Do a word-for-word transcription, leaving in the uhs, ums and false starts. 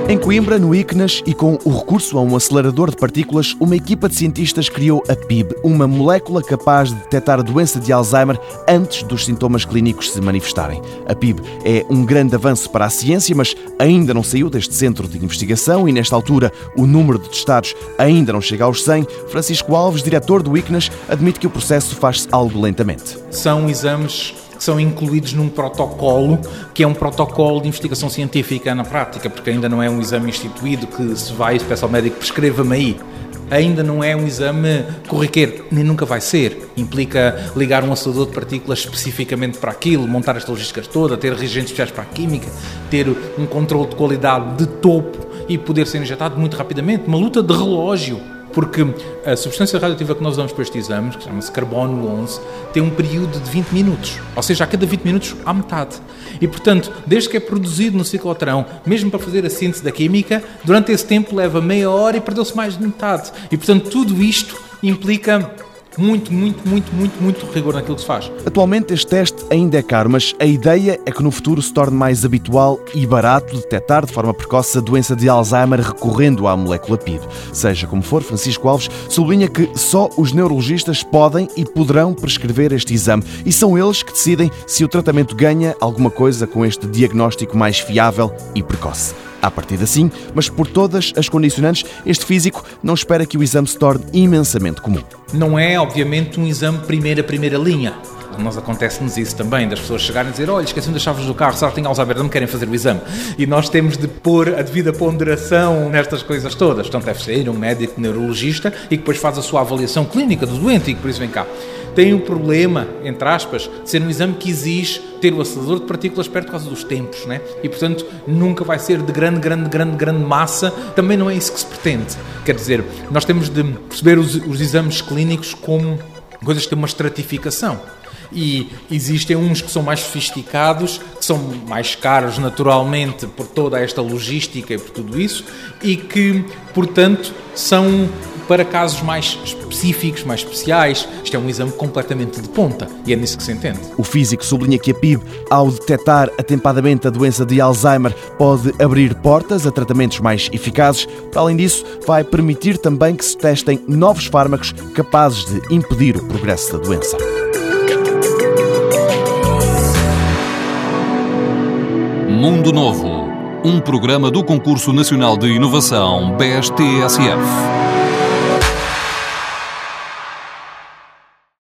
Em Coimbra, no I C N A S e com o recurso a um acelerador de partículas, uma equipa de cientistas criou a P I B, uma molécula capaz de detectar a doença de Alzheimer antes dos sintomas clínicos se manifestarem. A P I B é um grande avanço para a ciência, mas ainda não saiu deste centro de investigação e, nesta altura, o número de testados ainda não chega aos cem. Francisco Alves, diretor do I C N A S, admite que o processo faz-se algo lentamente. São exames que são incluídos num protocolo, que é um protocolo de investigação científica na prática, porque ainda não é um exame instituído que se vai e se peça ao médico, prescreva-me aí. Ainda não é um exame corriqueiro, nem nunca vai ser. Implica ligar um acelerador de partículas especificamente para aquilo, montar esta logística toda, ter reagentes especiais para a química, ter um controle de qualidade de topo e poder ser injetado muito rapidamente. Uma luta de relógio. Porque a substância radioativa que nós usamos para estes exames, que chama-se carbono onze, tem um período de vinte minutos. Ou seja, a cada vinte minutos há metade. E, portanto, desde que é produzido no ciclotrão, mesmo para fazer a síntese da química, durante esse tempo leva meia hora e perdeu-se mais de metade. E, portanto, tudo isto implica muito, muito, muito, muito, muito rigor naquilo que se faz. Atualmente este teste ainda é caro, mas a ideia é que no futuro se torne mais habitual e barato detectar de forma precoce a doença de Alzheimer recorrendo à molécula P I B. Seja como for, Francisco Alves sublinha que só os neurologistas podem e poderão prescrever este exame e são eles que decidem se o tratamento ganha alguma coisa com este diagnóstico mais fiável e precoce. À partida sim, mas por todas as condicionantes, este físico não espera que o exame se torne imensamente comum. Não é, obviamente, um exame primeira, primeira linha. A nós acontece-nos isso também, das pessoas chegarem a dizer: olha, esqueci-me das chaves do carro, será que tem Alzheimer? Não me querem fazer o exame. E nós temos de pôr a devida ponderação nestas coisas todas. Portanto, deve ser um médico neurologista e que depois faz a sua avaliação clínica do doente e que por isso vem cá. Tem o problema, entre aspas, de ser um exame que exige ter o acelerador de partículas perto por causa dos tempos, né? E, portanto, nunca vai ser de grande, grande, grande, grande massa. Também não é isso que se pretende. Quer dizer, nós temos de perceber os, os exames clínicos como coisas que têm uma estratificação. E existem uns que são mais sofisticados, que são mais caros naturalmente por toda esta logística e por tudo isso, e que, portanto, são para casos mais específicos, mais especiais. Isto é um exame completamente de ponta e é nisso que se entende. O físico sublinha que a P I B, ao detectar atempadamente a doença de Alzheimer, pode abrir portas a tratamentos mais eficazes. Para além disso, vai permitir também que se testem novos fármacos capazes de impedir o progresso da doença. Mundo Novo, um programa do Concurso Nacional de Inovação B S T S F.